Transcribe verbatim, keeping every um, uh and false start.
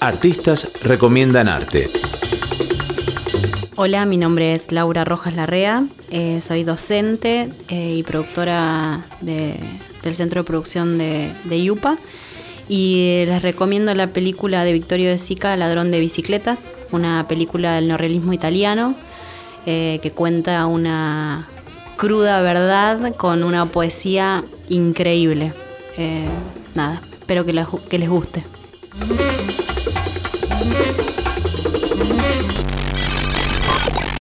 Artistas recomiendan arte. Hola, mi nombre es Laura Rojas Larrea, eh, soy docente eh, y productora de, del Centro de Producción de, de IUPA, y les recomiendo la película de Vittorio De Sica, Ladrón de bicicletas, una película del neorrealismo italiano eh, que cuenta una cruda verdad con una poesía increíble. Eh, nada, espero que, la, que les guste.